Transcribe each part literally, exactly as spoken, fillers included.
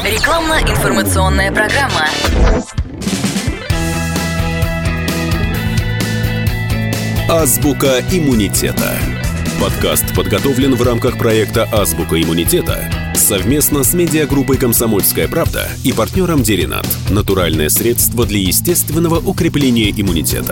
Рекламно-информационная программа. Азбука иммунитета. Подкаст подготовлен в рамках проекта «Азбука иммунитета» совместно с медиагруппой «Комсомольская правда» и партнером Деринат. Натуральное средство для естественного укрепления иммунитета.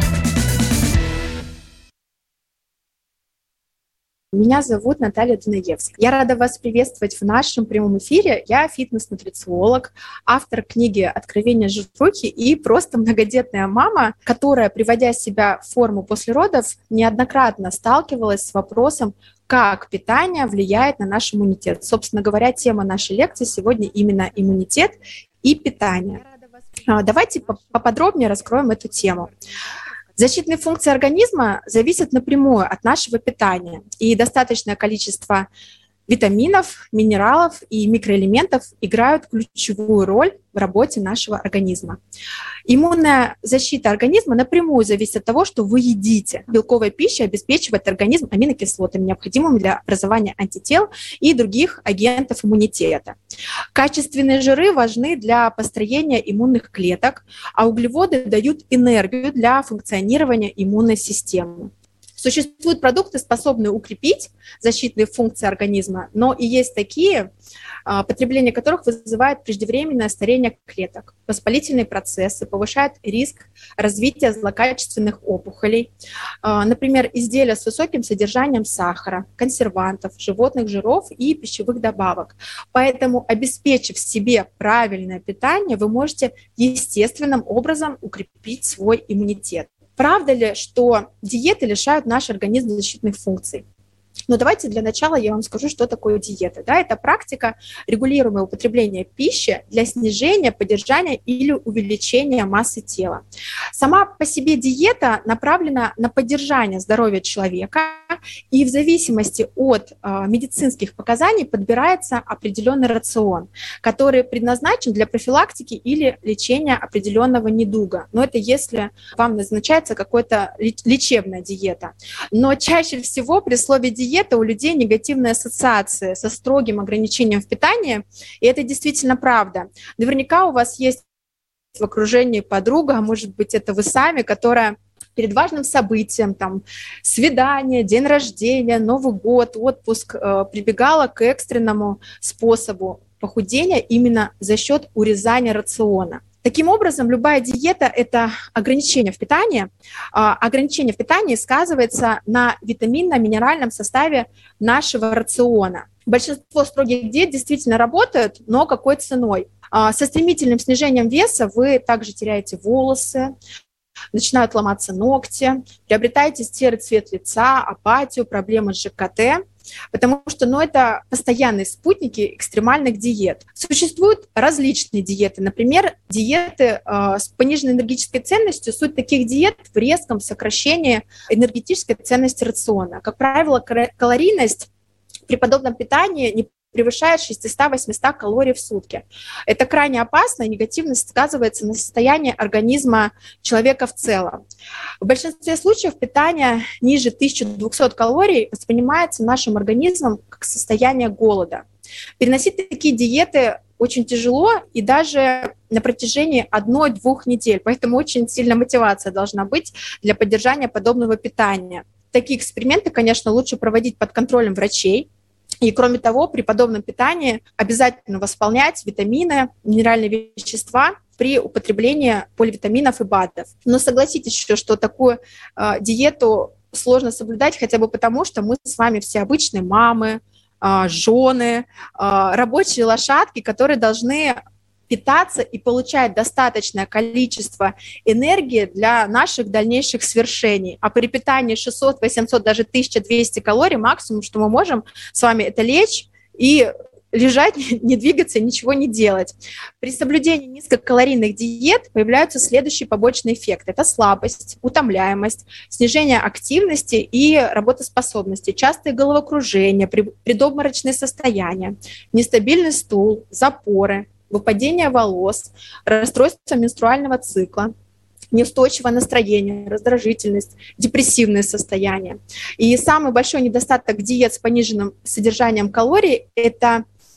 Меня зовут Наталья Дунаевская. Я рада вас приветствовать в нашем прямом эфире. Я фитнес-нутрициолог, автор книги «Откровения жирухи» и просто многодетная мама, которая, приводя себя в форму после родов, неоднократно сталкивалась с вопросом, как питание влияет на наш иммунитет. Собственно говоря, тема нашей лекции сегодня именно иммунитет и питание. Давайте поподробнее раскроем эту тему. Защитные функции организма зависят напрямую от нашего питания, и достаточное количество витаминов, минералов и микроэлементов играют ключевую роль в работе нашего организма. Иммунная защита организма напрямую зависит от того, что вы едите. Белковая пища обеспечивает организм аминокислотами, необходимыми для образования антител и других агентов иммунитета. Качественные жиры важны для построения иммунных клеток, а углеводы дают энергию для функционирования иммунной системы. Существуют продукты, способные укрепить защитные функции организма, но и есть такие, потребление которых вызывает преждевременное старение клеток, воспалительные процессы, повышает риск развития злокачественных опухолей. Например, изделия с высоким содержанием сахара, консервантов, животных жиров и пищевых добавок. Поэтому, обеспечив себе правильное питание, вы можете естественным образом укрепить свой иммунитет. Правда ли, что диеты лишают наш организм защитных функций? Но давайте для начала я вам скажу, что такое диета. Да, это практика регулируемого употребления пищи для снижения, поддержания или увеличения массы тела. Сама по себе диета направлена на поддержание здоровья человека, и в зависимости от э, медицинских показаний подбирается определенный рацион, который предназначен для профилактики или лечения определенного недуга. Но это если вам назначается какая-то лечебная диета. Но чаще всего при слове диета у людей негативная ассоциация со строгим ограничением в питании, и это действительно правда. Наверняка у вас есть в окружении подруга, а может быть, это вы сами, которая перед важным событием, там, свидание, день рождения, Новый год, отпуск, э, прибегала к экстренному способу похудения именно за счет урезания рациона. Таким образом, любая диета – это ограничение в питании. А ограничение в питании сказывается на витаминно-минеральном составе нашего рациона. Большинство строгих диет действительно работают, но какой ценой? А со стремительным снижением веса вы также теряете волосы, начинают ломаться ногти, приобретаете серый цвет лица, апатию, проблемы с ЖКТ, потому что ну, это постоянные спутники экстремальных диет. Существуют различные диеты, например, диеты э, с пониженной энергетической ценностью. Суть таких диет в резком сокращении энергетической ценности рациона. Как правило, калорийность при подобном питании не превышает шестьсот-восемьсот калорий в сутки. Это крайне опасно и негативно сказывается на состоянии организма человека в целом. В большинстве случаев питание ниже тысячи двухсот калорий воспринимается нашим организмом как состояние голода. Переносить такие диеты очень тяжело и даже на протяжении одной-двух недель, поэтому очень сильная мотивация должна быть для поддержания подобного питания. Такие эксперименты, конечно, лучше проводить под контролем врачей. И кроме того, при подобном питании обязательно восполнять витамины, минеральные вещества при употреблении поливитаминов и БАДов. Но согласитесь еще, что такую э, диету сложно соблюдать хотя бы потому, что мы с вами все обычные мамы, э, жены, э, рабочие лошадки, которые должны питаться и получать достаточное количество энергии для наших дальнейших свершений. А при питании шестьсот, восемьсот, даже тысяча двести калорий максимум, что мы можем с вами, это лечь и лежать, не двигаться, ничего не делать. При соблюдении низкокалорийных диет появляются следующие побочные эффекты. Это слабость, утомляемость, снижение активности и работоспособности, частые головокружения, предобморочные состояния, нестабильный стул, запоры, выпадение волос, расстройство менструального цикла, неустойчивое настроение, раздражительность, депрессивное состояние. И самый большой недостаток диет с пониженным содержанием калорий – это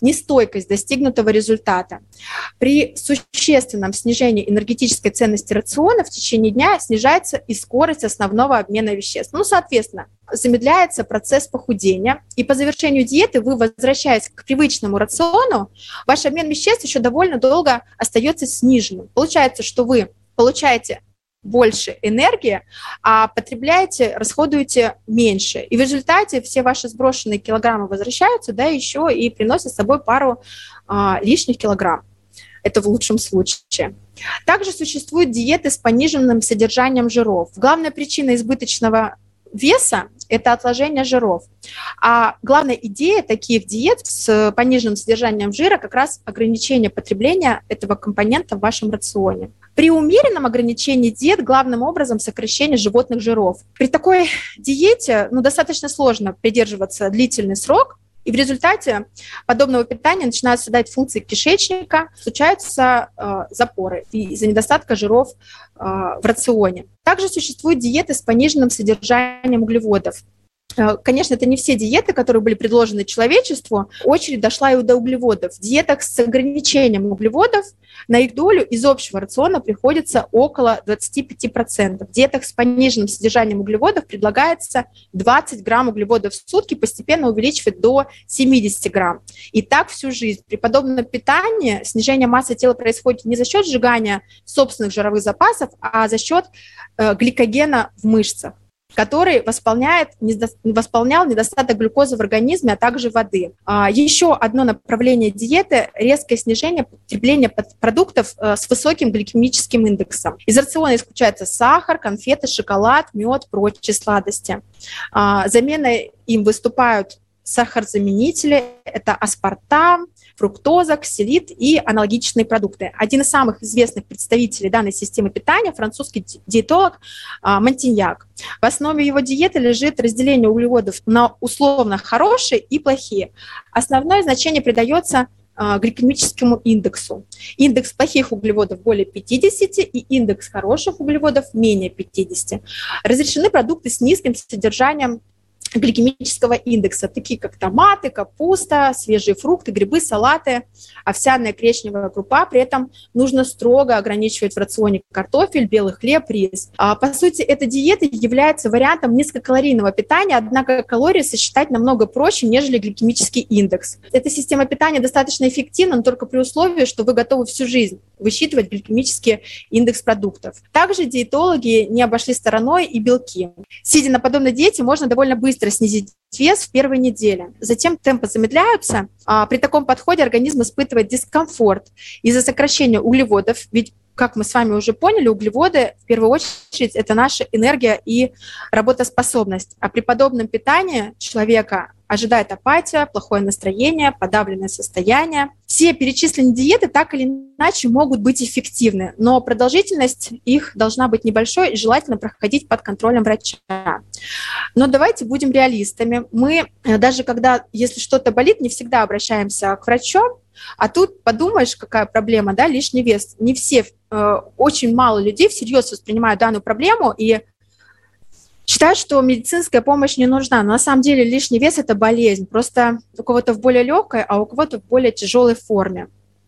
нестойкость достигнутого результата. При существенном снижении энергетической ценности рациона в течение дня снижается и скорость основного обмена веществ. Ну, соответственно, замедляется процесс похудения, и по завершению диеты вы, возвращаясь к привычному рациону, ваш обмен веществ еще довольно долго остается сниженным. Получается, что вы получаете больше энергии, а потребляете, расходуете меньше. И в результате все ваши сброшенные килограммы возвращаются, да, еще и приносят с собой пару а, лишних килограмм. Это в лучшем случае. Также существуют диеты с пониженным содержанием жиров. Главная причина избыточного веса – это отложение жиров. А главная идея таких диет с пониженным содержанием жира как раз ограничение потребления этого компонента в вашем рационе. При умеренном ограничении диет главным образом сокращение животных жиров. При такой диете ну, достаточно сложно придерживаться длительный срок, и в результате подобного питания начинают страдать функции кишечника, случаются э, запоры из-за недостатка жиров э, в рационе. Также существуют диеты с пониженным содержанием углеводов. Конечно, это не все диеты, которые были предложены человечеству. Очередь дошла и до углеводов. В диетах с ограничением углеводов на их долю из общего рациона приходится около двадцать пять процентов. В диетах с пониженным содержанием углеводов предлагается двадцать грамм углеводов в сутки, постепенно увеличивать до семьдесят грамм. И так всю жизнь. При подобном питании снижение массы тела происходит не за счет сжигания собственных жировых запасов, а за счет э, гликогена в мышцах, который восполняет, восполнял недостаток глюкозы в организме, а также воды. Еще одно направление диеты – резкое снижение потребления продуктов с высоким гликемическим индексом. Из рациона исключается сахар, конфеты, шоколад, мед, прочие сладости. Заменой им выступают сахарозаменители – это аспартам, фруктоза, ксилит и аналогичные продукты. Один из самых известных представителей данной системы питания – французский диетолог Монтиньяк. В основе его диеты лежит разделение углеводов на условно хорошие и плохие. Основное значение придается гликемическому индексу. Индекс плохих углеводов более пятидесяти и индекс хороших углеводов менее пятидесяти. Разрешены продукты с низким содержанием гликемического индекса, такие как томаты, капуста, свежие фрукты, грибы, салаты, овсяная гречневая крупа. При этом нужно строго ограничивать в рационе картофель, белый хлеб, рис. А, по сути, эта диета является вариантом низкокалорийного питания, однако калории сосчитать намного проще, нежели гликемический индекс. Эта система питания достаточно эффективна, но только при условии, что вы готовы всю жизнь высчитывать гликемический индекс продуктов. Также диетологи не обошли стороной и белки. Сидя на подобной диете, можно довольно быстро снизить вес в первой неделе. Затем темпы замедляются. А при таком подходе организм испытывает дискомфорт из-за сокращения углеводов, ведь, как мы с вами уже поняли, углеводы, в первую очередь, это наша энергия и работоспособность. А при подобном питании человека ожидает апатия, плохое настроение, подавленное состояние. Все перечисленные диеты так или иначе могут быть эффективны, но продолжительность их должна быть небольшой и желательно проходить под контролем врача. Но давайте будем реалистами. Мы даже когда, если что-то болит, не всегда обращаемся к врачу, а тут подумаешь, какая проблема, да, лишний вес. Не все, э, очень мало людей всерьез воспринимают данную проблему и считают, что медицинская помощь не нужна. Но на самом деле лишний вес – это болезнь. Просто у кого-то в более легкой, а у кого-то в более тяжелой форме.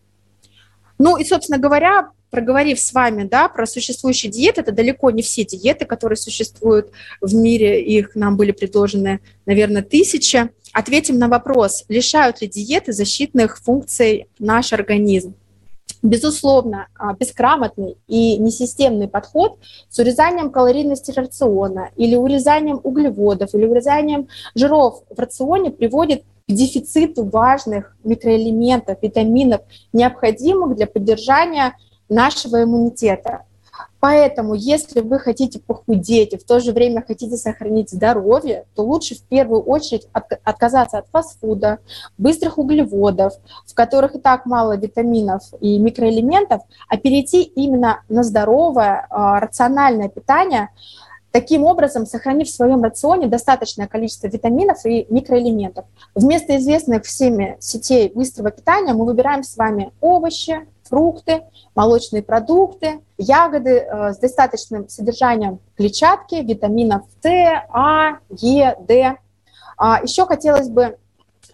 Ну и, собственно говоря, проговорив с вами, да, про существующие диеты, это далеко не все диеты, которые существуют в мире, их нам были предложены, наверное, тысячи. Ответим на вопрос, лишают ли диеты защитных функций наш организм. Безусловно, безграмотный и несистемный подход с урезанием калорийности рациона или урезанием углеводов, или урезанием жиров в рационе приводит к дефициту важных микроэлементов, витаминов, необходимых для поддержания нашего иммунитета. Поэтому, если вы хотите похудеть и в то же время хотите сохранить здоровье, то лучше в первую очередь от, отказаться от фастфуда, быстрых углеводов, в которых и так мало витаминов и микроэлементов, а перейти именно на здоровое, э, рациональное питание, таким образом сохранив в своем рационе достаточное количество витаминов и микроэлементов. Вместо известных всеми сетей быстрого питания мы выбираем с вами овощи, фрукты, молочные продукты, ягоды э, с достаточным содержанием клетчатки, витаминов С, А, Е, Д. А, еще хотелось бы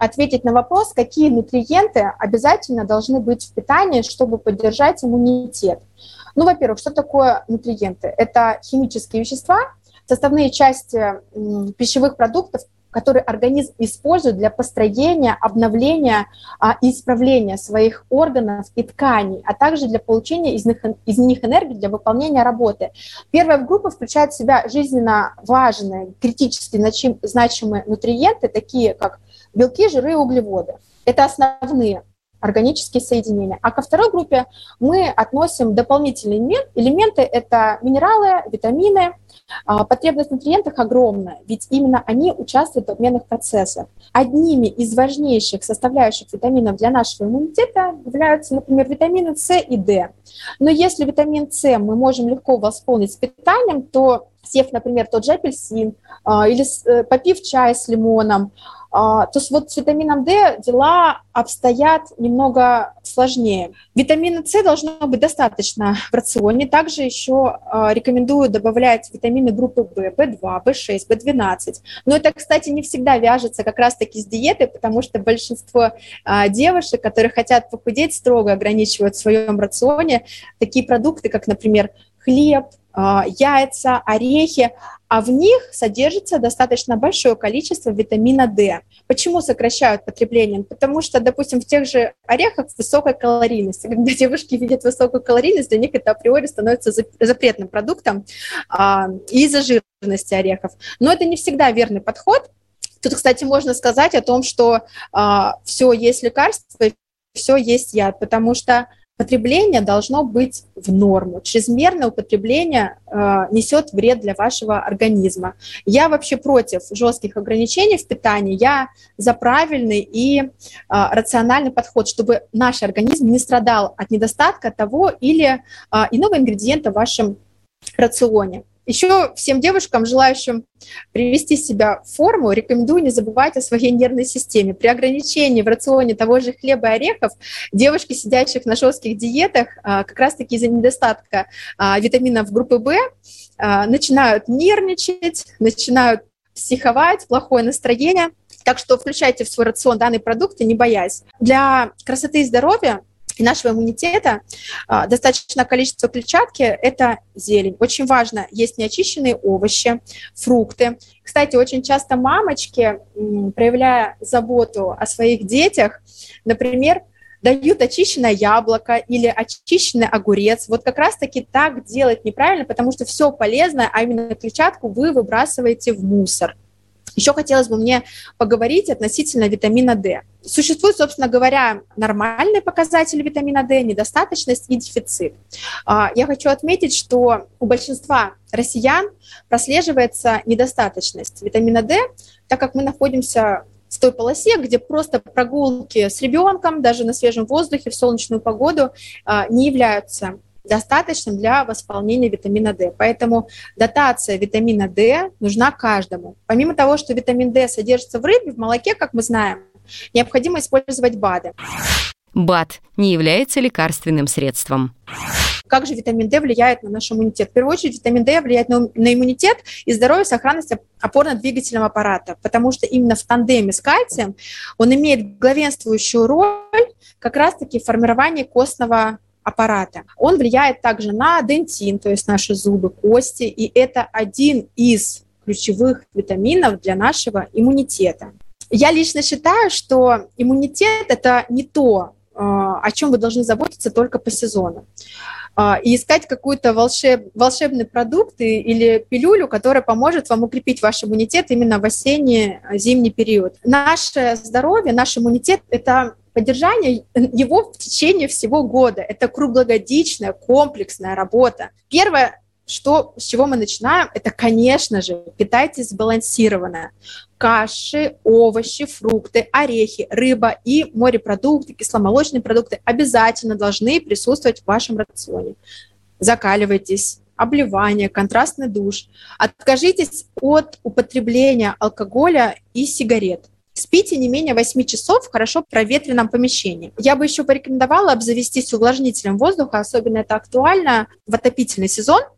ответить на вопрос, какие нутриенты обязательно должны быть в питании, чтобы поддержать иммунитет. Ну, во-первых, что такое нутриенты? Это химические вещества, составные части м, пищевых продуктов, которые организм использует для построения, обновления а, и исправления своих органов и тканей, а также для получения из них, из них энергии для выполнения работы. Первая группа включает в себя жизненно важные, критически значимые нутриенты, такие как белки, жиры и углеводы. Это основные органические соединения. А ко второй группе мы относим дополнительные элементы. Это минералы, витамины. Потребность в нутриентах огромна, ведь именно они участвуют в обменных процессах. Одними из важнейших составляющих витаминов для нашего иммунитета являются, например, витамины С и D. Но если витамин С мы можем легко восполнить с питанием, то съев, например, тот же апельсин или попив чай с лимоном, то вот с витамином D дела обстоят немного сложнее. Витамина С должно быть достаточно в рационе. Также еще рекомендую добавлять витамины группы В, В два, В шесть, В двенадцать. Но это, кстати, не всегда вяжется как раз-таки с диетой, потому что большинство девушек, которые хотят похудеть, строго ограничивают в своем рационе такие продукты, как, например, хлеб, яйца, орехи, а в них содержится достаточно большое количество витамина D. Почему сокращают потребление? Потому что, допустим, в тех же орехах высокая калорийность. Когда девушки видят высокую калорийность, для них это априори становится запретным продуктом а, из-за жирности орехов. Но это не всегда верный подход. Тут, кстати, можно сказать о том, что а, все есть лекарство, все есть яд, потому что потребление должно быть в норму. Чрезмерное употребление э, несет вред для вашего организма. Я вообще против жестких ограничений в питании. Я за правильный и э, рациональный подход, чтобы наш организм не страдал от недостатка того или э, иного ингредиента в вашем рационе. Еще всем девушкам, желающим привести себя в форму, рекомендую не забывать о своей нервной системе. При ограничении в рационе того же хлеба и орехов девушки, сидящих на жестких диетах, как раз-таки из-за недостатка витаминов группы В, начинают нервничать, начинают психовать, плохое настроение. Так что включайте в свой рацион данные продукты, не боясь. Для красоты и здоровья и нашего иммунитета а, достаточное количество клетчатки – это зелень. Очень важно есть неочищенные овощи, фрукты. Кстати, очень часто мамочки, м, проявляя заботу о своих детях, например, дают очищенное яблоко или очищенный огурец. Вот как раз-таки так делать неправильно, потому что все полезное, а именно клетчатку, вы выбрасываете в мусор. Еще хотелось бы мне поговорить относительно витамина D. Существуют, собственно говоря, нормальные показатели витамина D, недостаточность и дефицит. Я хочу отметить, что у большинства россиян прослеживается недостаточность витамина D, так как мы находимся в той полосе, где просто прогулки с ребенком, даже на свежем воздухе, в солнечную погоду, не являются достаточным для восполнения витамина D. Поэтому дотация витамина D нужна каждому. Помимо того, что витамин D содержится в рыбе, в молоке, как мы знаем, необходимо использовать БАДы. БАД не является лекарственным средством. Как же витамин D влияет на наш иммунитет? В первую очередь витамин D влияет на, на иммунитет и здоровье, сохранность опорно-двигательного аппарата, потому что именно в тандеме с кальцием он имеет главенствующую роль как раз-таки в формировании костного аппарата. Он влияет также на дентин, то есть наши зубы, кости, и это один из ключевых витаминов для нашего иммунитета. Я лично считаю, что иммунитет – это не то, о чем вы должны заботиться только по сезону. И искать какой-то волшеб, волшебный продукт или пилюлю, которая поможет вам укрепить ваш иммунитет именно в осенне-зимний период. Наше здоровье, наш иммунитет – это поддержание его в течение всего года. Это круглогодичная, комплексная работа. Первое, что, с чего мы начинаем, это, конечно же, питайтесь сбалансированно. Каши, овощи, фрукты, орехи, рыба и морепродукты, кисломолочные продукты обязательно должны присутствовать в вашем рационе. Закаливайтесь, обливание, контрастный душ. Откажитесь от употребления алкоголя и сигарет. Спите не менее восемь часов в хорошо проветренном помещении. Я бы еще порекомендовала обзавестись увлажнителем воздуха, особенно это актуально в отопительный сезон.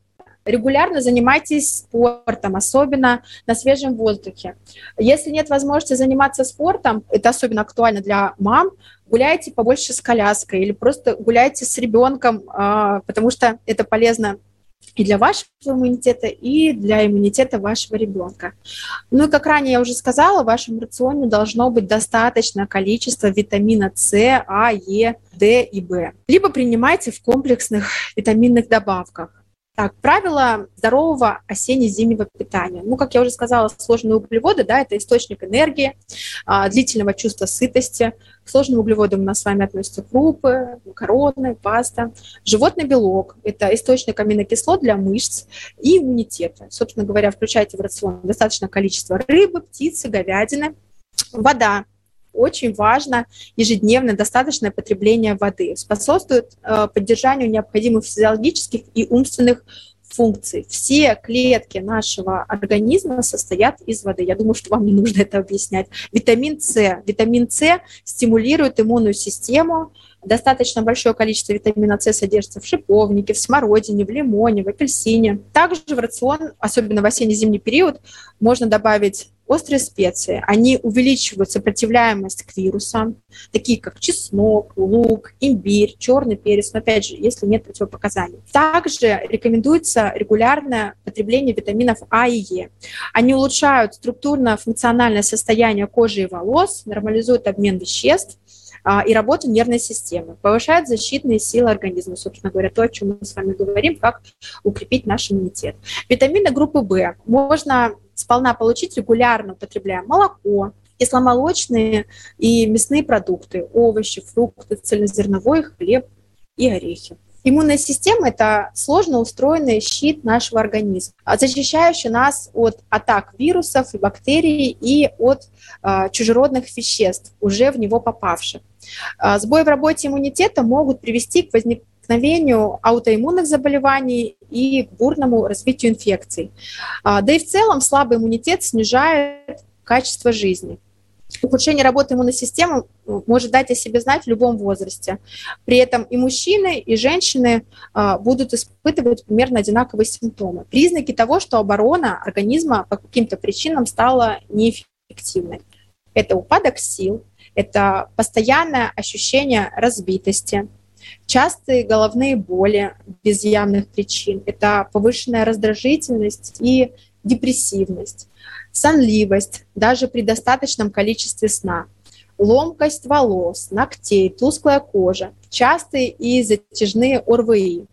Регулярно занимайтесь спортом, особенно на свежем воздухе. Если нет возможности заниматься спортом, это особенно актуально для мам, гуляйте побольше с коляской или просто гуляйте с ребенком, потому что это полезно и для вашего иммунитета, и для иммунитета вашего ребенка. Ну и как ранее я уже сказала, в вашем рационе должно быть достаточное количество витамина С, А, Е, Д и В. Либо принимайте в комплексных витаминных добавках. Так, правила здорового осенне-зимнего питания. Ну, как я уже сказала, сложные углеводы, да, это источник энергии, длительного чувства сытости. К сложным углеводам у нас с вами относятся крупы, макароны, паста. Животный белок – это источник аминокислот для мышц и иммунитета. Собственно говоря, включайте в рацион достаточное количество рыбы, птицы, говядины. Вода. Очень важно ежедневное достаточное потребление воды. Способствует э, поддержанию необходимых физиологических и умственных функций. Все клетки нашего организма состоят из воды. Я думаю, что вам не нужно это объяснять. Витамин С. Витамин С стимулирует иммунную систему. Достаточно большое количество витамина С содержится в шиповнике, в смородине, в лимоне, в апельсине. Также в рацион, особенно в осенне-зимний период, можно добавить острые специи. Они увеличивают сопротивляемость к вирусам, такие как чеснок, лук, имбирь, черный перец, но опять же, если нет противопоказаний. Также рекомендуется регулярное потребление витаминов А и Е. Они улучшают структурно-функциональное состояние кожи и волос, нормализуют обмен веществ и работу нервной системы, повышает защитные силы организма, собственно говоря, то, о чем мы с вами говорим, как укрепить наш иммунитет. Витамины группы В можно сполна получить, регулярно употребляя молоко, кисломолочные и мясные продукты, овощи, фрукты, цельнозерновой хлеб и орехи. Иммунная система – это сложно устроенный щит нашего организма, защищающий нас от атак вирусов и бактерий и от э, чужеродных веществ, уже в него попавших. Э, сбои в работе иммунитета могут привести к возникновению аутоиммунных заболеваний и к бурному развитию инфекций. Э, да и в целом слабый иммунитет снижает качество жизни. Ухудшение работы иммунной системы может дать о себе знать в любом возрасте. При этом и мужчины, и женщины а, будут испытывать примерно одинаковые симптомы. Признаки того, что оборона организма по каким-то причинам стала неэффективной. Это упадок сил, это постоянное ощущение разбитости, частые головные боли без явных причин, это повышенная раздражительность и депрессивность, сонливость даже при достаточном количестве сна, ломкость волос, ногтей, тусклая кожа, частые и затяжные О Р В И.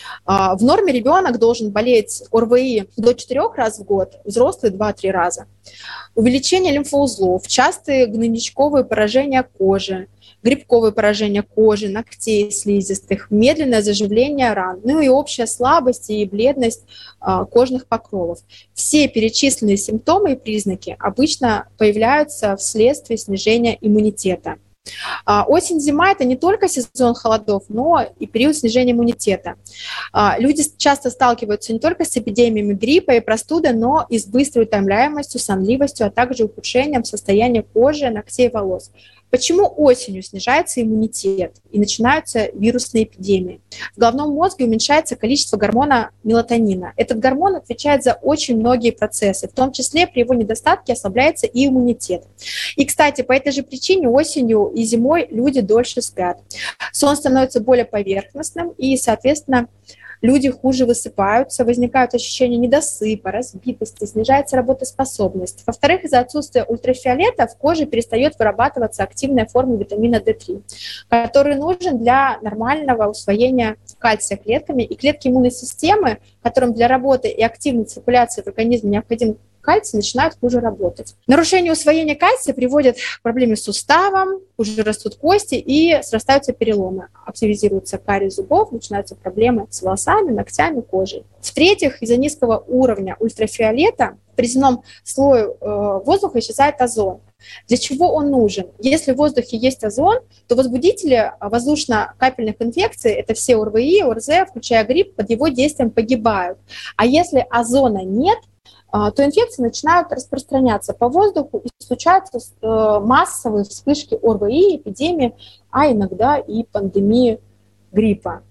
В норме ребенок должен болеть О Р В И до четырёх раз в год, взрослый два-три раза. Увеличение лимфоузлов, частые гнойничковые поражения кожи, грибковые поражения кожи, ногтей, слизистых, медленное заживление ран, ну и общая слабость и бледность а, кожных покровов. Все перечисленные симптомы и признаки обычно появляются вследствие снижения иммунитета. А, осень-зима – это не только сезон холодов, но и период снижения иммунитета. А, люди часто сталкиваются не только с эпидемиями гриппа и простуды, но и с быстрой утомляемостью, сонливостью, а также ухудшением состояния кожи, ногтей и волос. Почему осенью снижается иммунитет и начинаются вирусные эпидемии? В головном мозге уменьшается количество гормона мелатонина. Этот гормон отвечает за очень многие процессы, в том числе при его недостатке ослабляется и иммунитет. И, кстати, по этой же причине осенью и зимой люди дольше спят. Сон становится более поверхностным и, соответственно, люди хуже высыпаются, возникают ощущения недосыпа, разбитости, снижается работоспособность. Во-вторых, из-за отсутствия ультрафиолета в коже перестает вырабатываться активная форма витамина Д три, который нужен для нормального усвоения кальция клетками. И клетки иммунной системы, которым для работы и активной циркуляции в организме необходим кальций, начинают хуже работать. Нарушение усвоения кальция приводит к проблеме с суставом, хуже растут кости и срастаются переломы. Активизируется кариес зубов, начинаются проблемы с волосами, ногтями, кожей. В-третьих, из-за низкого уровня ультрафиолета при земном слое э, воздуха исчезает озон. Для чего он нужен? Если в воздухе есть озон, то возбудители воздушно-капельных инфекций, это все О Р В И, О Р З, включая грипп, под его действием погибают. А если озона нет, то инфекции начинают распространяться по воздуху и случаются массовые вспышки О Р В И, эпидемии, а иногда и пандемии гриппа.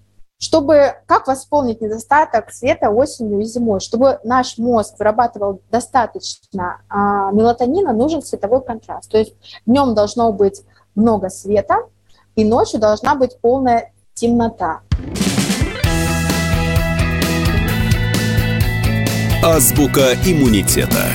Чтобы как восполнить недостаток света осенью и зимой? Чтобы наш мозг вырабатывал достаточно а, мелатонина, нужен цветовой контраст. То есть днем должно быть много света, и ночью должна быть полная темнота. Азбука иммунитета.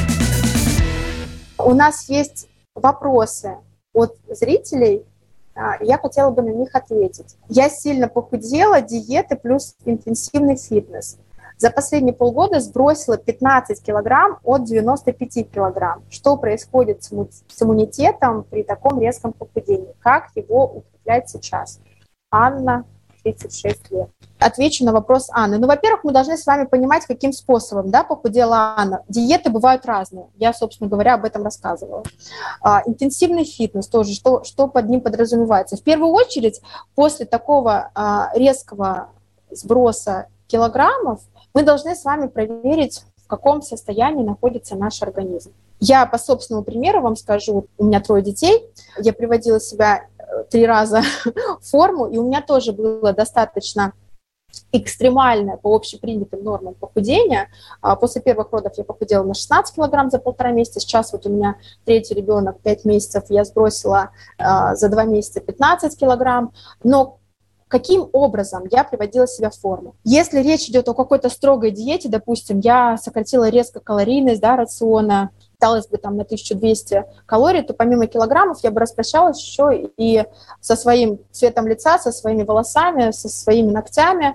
У нас есть вопросы от зрителей, я хотела бы на них ответить. Я сильно похудела, диеты плюс интенсивный фитнес. За последние полгода сбросила пятнадцать килограмм от девяноста пяти килограмм. Что происходит с иммунитетом при таком резком похудении? Как его укреплять сейчас? Анна, тридцать шесть лет. Отвечу на вопрос Анны. Ну, во-первых, мы должны с вами понимать, каким способом, да, похудела Анна. Диеты бывают разные. Я, собственно говоря, об этом рассказывала. А, интенсивный фитнес тоже, что, что под ним подразумевается. В первую очередь, после такого а, резкого сброса килограммов, мы должны с вами проверить, в каком состоянии находится наш организм. Я по собственному примеру вам скажу, у меня трое детей, я приводила себя три раза в форму, и у меня тоже было достаточно экстремальное по общепринятым нормам похудение. После первых родов я похудела на шестнадцать килограмм за полтора месяца. Сейчас вот у меня третий ребенок, пять месяцев, я сбросила за два месяца пятнадцать килограмм. Но каким образом я приводила себя в форму? Если речь идет о какой-то строгой диете, допустим, я сократила резко калорийность, да, рациона, питалась бы там на тысячу двести калорий, то помимо килограммов я бы распрощалась еще и со своим цветом лица, со своими волосами, со своими ногтями.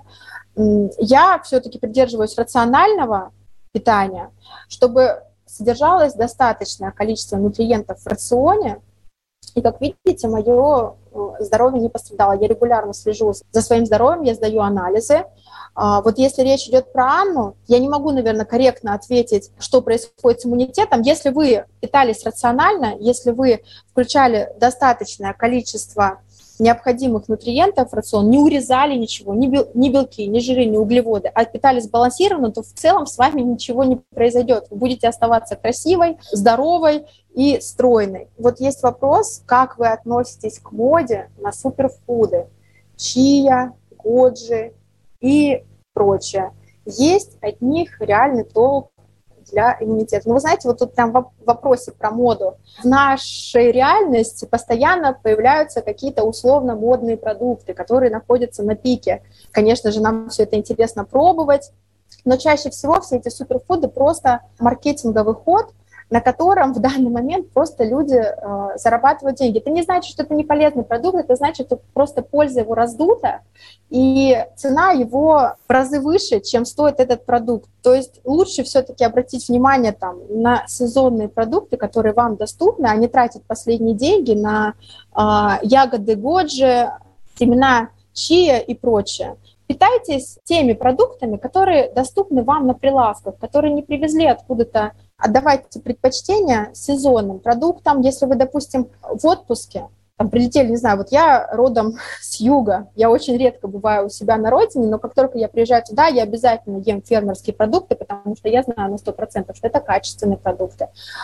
Я все-таки придерживаюсь рационального питания, чтобы содержалось достаточное количество нутриентов в рационе. И, как видите, мое здоровье не пострадало. Я регулярно слежу за своим здоровьем, я сдаю анализы. Вот если речь идет про Анну, я не могу, наверное, корректно ответить, что происходит с иммунитетом. Если вы питались рационально, если вы включали достаточное количество необходимых нутриентов в рацион, не урезали ничего, ни, бел, ни белки, ни жиры, ни углеводы, а питались сбалансированно, то в целом с вами ничего не произойдет. Вы будете оставаться красивой, здоровой и стройной. Вот есть вопрос, как вы относитесь к моде на суперфуды, чиа, годжи и прочее. Есть от них реальный толк для иммунитета. Ну, вы знаете, вот тут прям в вопросе про моду. В нашей реальности постоянно появляются какие-то условно-модные продукты, которые находятся на пике. Конечно же, нам все это интересно пробовать, но чаще всего все эти суперфуды просто маркетинговый ход, на котором в данный момент просто люди э, зарабатывают деньги. Это не значит, что это не полезный продукт, это значит, что просто польза его раздута, и цена его в разы выше, чем стоит этот продукт. То есть лучше все-таки обратить внимание там, на сезонные продукты, которые вам доступны, а не тратить последние деньги на э, ягоды годжи, семена чиа и прочее. Питайтесь теми продуктами, которые доступны вам на прилавках, которые не привезли откуда-то. Отдавайте предпочтение сезонным продуктам. Если вы, допустим, в отпуске, там, прилетели, не знаю, вот я родом с юга, я очень редко бываю у себя на родине, но как только я приезжаю туда, я обязательно ем фермерские продукты, потому что я знаю на сто процентов, что это качественные продукты.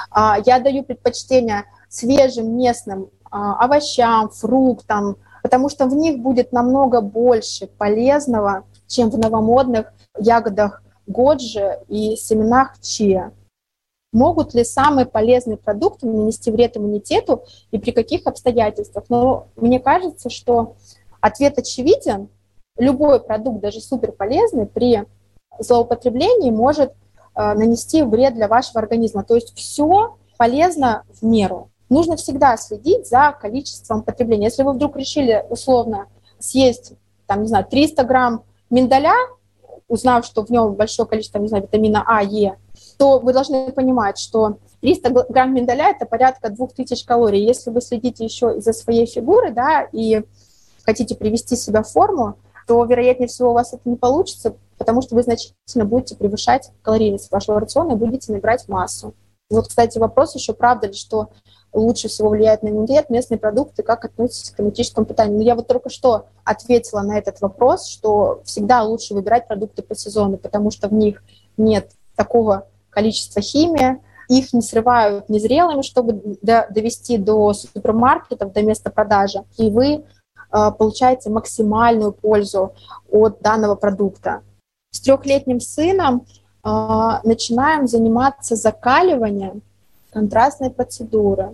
Я даю предпочтение свежим местным овощам, фруктам, потому что в них будет намного больше полезного, чем в новомодных ягодах годжи и семенах чиа. Могут ли самые полезные продукты нанести вред иммунитету и при каких обстоятельствах? Но мне кажется, что ответ очевиден. Любой продукт, даже суперполезный, при злоупотреблении может э, нанести вред для вашего организма. То есть все полезно в меру. Нужно всегда следить за количеством потребления. Если вы вдруг решили условно съесть, там, не знаю, триста грамм миндаля, узнав, что в нем большое количество, не знаю, витамина А, Е, то вы должны понимать, что триста грамм миндаля – это порядка двух тысяч калорий. Если вы следите еще и за своей фигурой, да, и хотите привести себя в форму, то, вероятнее всего, у вас это не получится, потому что вы значительно будете превышать калорийность вашего рациона и будете набирать массу. Вот, кстати, вопрос еще, правда ли, что лучше всего влияет на иммунитет местные продукты, как относитесь к климатическому питанию. Но я вот только что ответила на этот вопрос, что всегда лучше выбирать продукты по сезону, потому что в них нет такого количества химии, их не срывают незрелыми, чтобы довести до супермаркетов, до места продажи, и вы получаете максимальную пользу от данного продукта. С трехлетним сыном начинаем заниматься закаливанием контрастной процедуры,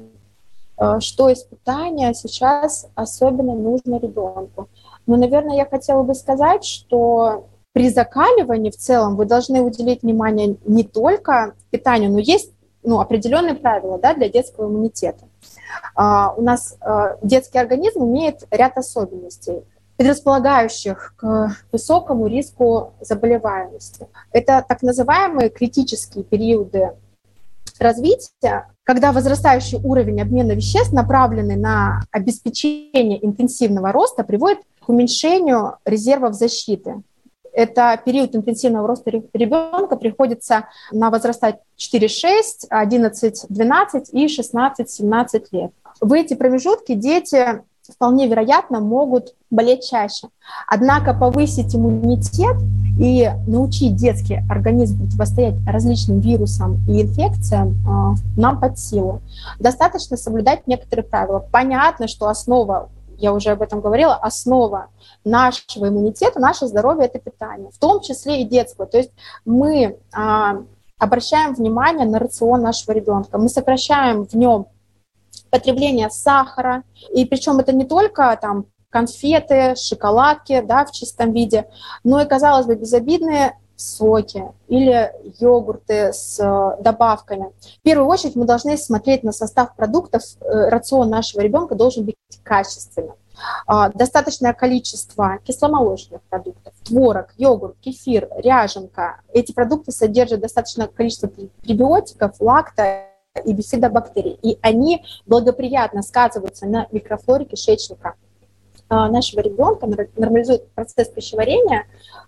что испытание сейчас особенно нужно ребенку. Но, наверное, я хотела бы сказать, что при закаливании в целом вы должны уделить внимание не только питанию, но есть ну, определенные правила, да, для детского иммунитета. Uh, у нас uh, детский организм имеет ряд особенностей, предрасполагающих к высокому риску заболеваемости. Это так называемые критические периоды развития, когда возрастающий уровень обмена веществ, направленный на обеспечение интенсивного роста, приводит к уменьшению резервов защиты. Это период интенсивного роста ребенка приходится на возраста четыре-шесть, одиннадцать-двенадцать и шестнадцать-семнадцать лет. В эти промежутки дети вполне вероятно могут болеть чаще. Однако повысить иммунитет и научить детский организм противостоять различным вирусам и инфекциям э, нам под силу. Достаточно соблюдать некоторые правила. Понятно, что основа, я уже об этом говорила, основа нашего иммунитета, наше здоровье – это питание, в том числе и детского. То есть мы а, обращаем внимание на рацион нашего ребенка, мы сокращаем в нем потребление сахара, и причем это не только там конфеты, шоколадки, да, в чистом виде, но и, казалось бы, безобидные соки или йогурты с э, добавками. В первую очередь мы должны смотреть на состав продуктов. Э, рацион нашего ребенка должен быть качественным. Э, достаточное количество кисломолочных продуктов, творог, йогурт, кефир, ряженка. Эти продукты содержат достаточное количество пребиотиков, лакто и бифидобактерий, и они благоприятно сказываются на микрофлоре кишечника нашего ребенка, нормализуют процесс пищеварения,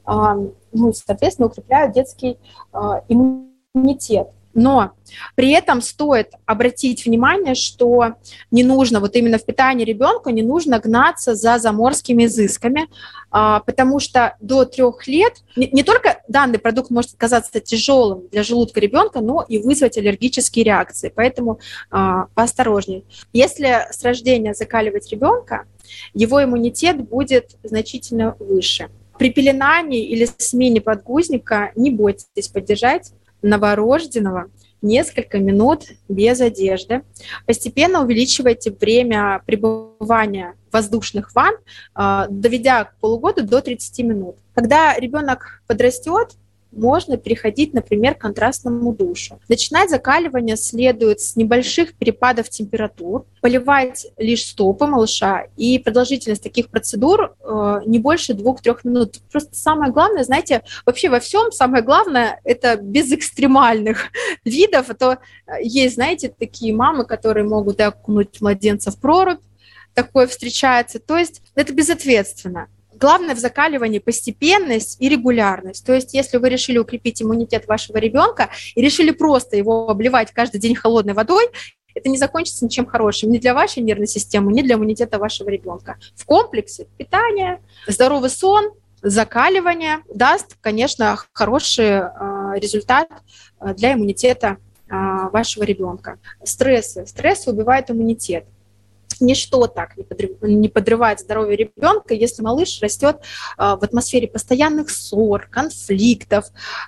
ну и, соответственно, укрепляют детский иммунитет. Но при этом стоит обратить внимание, что не нужно, вот именно в питании ребенка не нужно гнаться за заморскими изысками, потому что до трех лет не только данный продукт может оказаться тяжелым для желудка ребенка, но и вызвать аллергические реакции, поэтому поосторожней. Если с рождения закаливать ребенка, его иммунитет будет значительно выше. При пеленании или смене подгузника не бойтесь поддержать новорожденного несколько минут без одежды. Постепенно увеличивайте время пребывания в воздушных ванн, доведя к полугоду до тридцати минут. Когда ребенок подрастет, можно переходить, например, к контрастному душу. Начинать закаливание следует с небольших перепадов температур, поливать лишь стопы малыша, и продолжительность таких процедур э, не больше двух-трех минут. Просто самое главное, знаете, вообще во всем самое главное – это без экстремальных видов. А то есть, знаете, такие мамы, которые могут окунуть младенца в прорубь, такое встречается. То есть это безответственно. Главное в закаливании постепенность и регулярность. То есть если вы решили укрепить иммунитет вашего ребенка и решили просто его обливать каждый день холодной водой, это не закончится ничем хорошим ни для вашей нервной системы, ни для иммунитета вашего ребенка. В комплексе питание, здоровый сон, закаливание даст, конечно, хороший э, результат для иммунитета э, вашего ребенка. Стрессы. Стрессы убивают иммунитет. Ничто так не подрывает здоровье ребенка, если малыш растет в атмосфере постоянных ссор, конфликтов.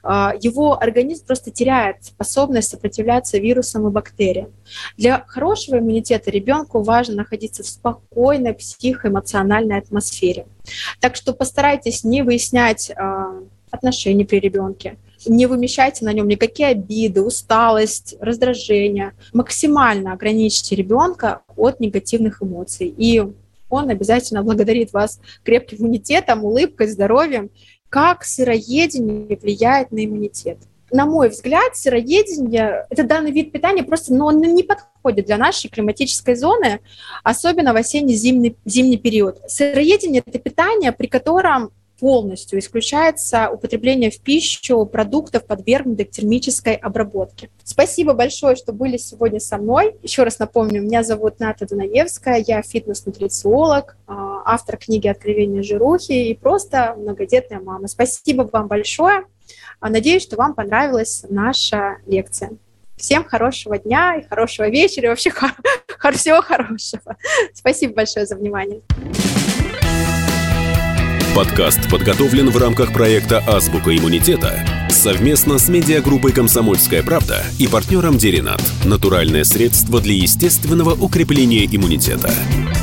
Его организм просто теряет способность сопротивляться вирусам и бактериям. Для хорошего иммунитета ребенку важно находиться в спокойной психоэмоциональной атмосфере. Так что постарайтесь не выяснять отношения при ребенке, не вымещайте на нем никакие обиды, усталость, раздражение. Максимально ограничьте ребенка от негативных эмоций, и он обязательно благодарит вас крепким иммунитетом, улыбкой, здоровьем. Как сыроедение влияет на иммунитет? На мой взгляд, сыроедение – это данный вид питания, просто но он не подходит для нашей климатической зоны, особенно в осенне-зимний зимний период. Сыроедение – это питание, при котором полностью исключается употребление в пищу продуктов, подвергнутых термической обработке. Спасибо большое, что были сегодня со мной. Еще раз напомню, меня зовут Ната Дунаевская, я фитнес-нутрициолог, автор книги «Откровение жирухи» и просто многодетная мама. Спасибо вам большое. Надеюсь, что вам понравилась наша лекция. Всем хорошего дня и хорошего вечера, и вообще всего хорошего. Спасибо большое за внимание. Подкаст подготовлен в рамках проекта «Азбука иммунитета» совместно с медиагруппой «Комсомольская правда» и партнером Деринат. Натуральное средство для естественного укрепления иммунитета.